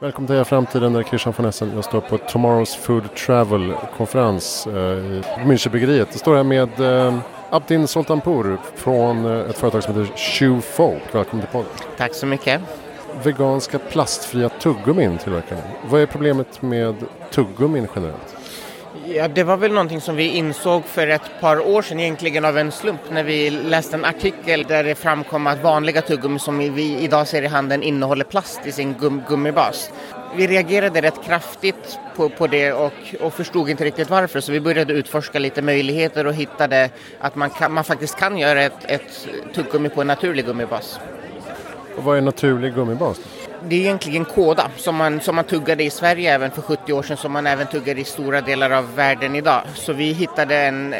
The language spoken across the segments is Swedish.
Välkommen till Framtiden, där Christian von Essen. Jag står på Tomorrow's Food Travel-konferens i Münchenbryggeriet. Jag står här med Abdin Soltanpour från ett företag som heter Chew Folk. Välkommen till podden. Tack så mycket. Veganska plastfria tuggummin tillverkar ni. Vad är problemet med tuggummin generellt? Ja, det var väl någonting som vi insåg för ett par år sedan egentligen av en slump när vi läste en artikel där det framkom att vanliga tuggummi som vi idag ser i handeln innehåller plast i sin gummibas. Vi reagerade rätt kraftigt på det och förstod inte riktigt varför, så vi började utforska lite möjligheter och hittade att man faktiskt kan göra ett tuggummi på en naturlig gummibas. Och vad är naturlig gummibas då? Det är egentligen kåda som man tuggade i Sverige även för 70 år sedan, som man även tuggade i stora delar av världen idag. Så vi hittade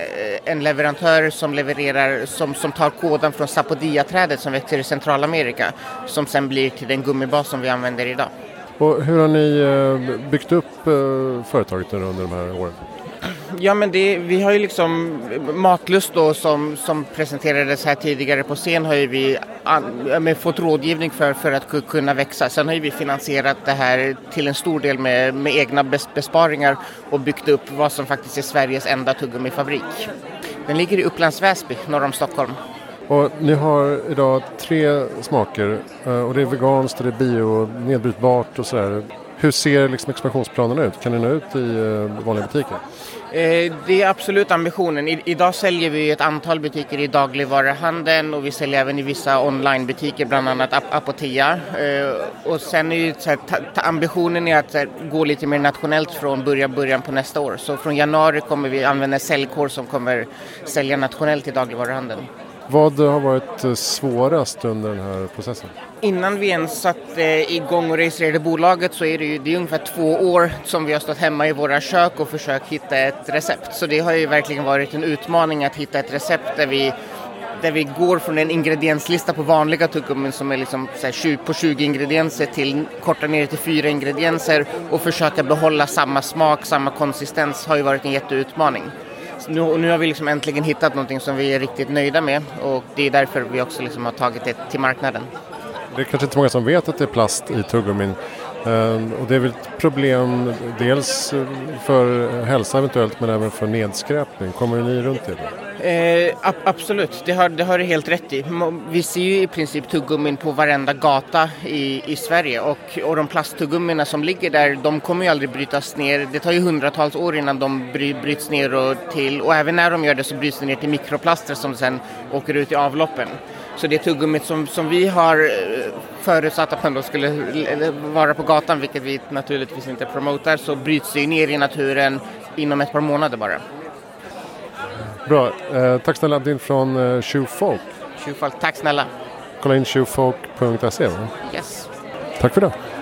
en leverantör som levererar som tar kådan från Sapodilla-trädet som växer i Centralamerika, som sen blir till den gummibas som vi använder idag. Och hur har ni byggt upp företaget under de här åren? Ja, men vi har ju liksom Matlust då som presenterades här tidigare på scen, har ju vi fått rådgivning för att kunna växa. Sen har ju vi finansierat det här till en stor del med egna besparingar och byggt upp vad som faktiskt är Sveriges enda tuggummifabrik. Den ligger i Upplands Väsby, norr om Stockholm. Och ni har idag 3 smaker och det är veganskt, det är bio, nedbrytbart och sådär. Hur ser liksom expansionsplanerna ut? Kan ni nå ut i vanliga butiker? Det är absolut ambitionen. Idag säljer vi ett antal butiker i dagligvaruhandeln och vi säljer även i vissa onlinebutiker, bland annat Apotea. Och sen är ju ambitionen är att gå lite mer nationellt från början på nästa år. Så från januari kommer vi använda säljkår som kommer sälja nationellt i dagligvaruhandeln. Vad har varit svårast under den här processen? Innan vi ens satte igång och registrerade bolaget så är det är ungefär 2 år som vi har stått hemma i våra kök och försökt hitta ett recept. Så det har ju verkligen varit en utmaning att hitta ett recept där vi går från en ingredienslista på vanliga tuggummin som är liksom på 20 ingredienser till korta ner till 4 ingredienser och försöka behålla samma smak, samma konsistens har ju varit en jätteutmaning. Nu har vi liksom äntligen hittat någonting som vi är riktigt nöjda med och det är därför vi också liksom har tagit det till marknaden. Det är kanske inte många som vet att det är plast i tuggummin och det är väl ett problem dels för hälsa eventuellt men även för nedskräpning. Kommer ni runt det? Absolut, det har du helt rätt i. Vi ser ju i princip tuggummin på varenda gata i Sverige och de plasttuggummina som ligger där, de kommer ju aldrig brytas ner. Det tar ju hundratals år innan de bryts ner och även när de gör det så bryts det ner till mikroplaster som sen åker ut i avloppen. Så det tuggummit som vi har förutsatt att man då skulle vara på gatan, vilket vi naturligtvis inte promotar, så bryts det ner i naturen inom ett par månader bara. Bra, tack snälla Abdin från Chew Folk. Chew Folk, tack snälla. Kolla in chewfolk.se. Yes. Tack för det.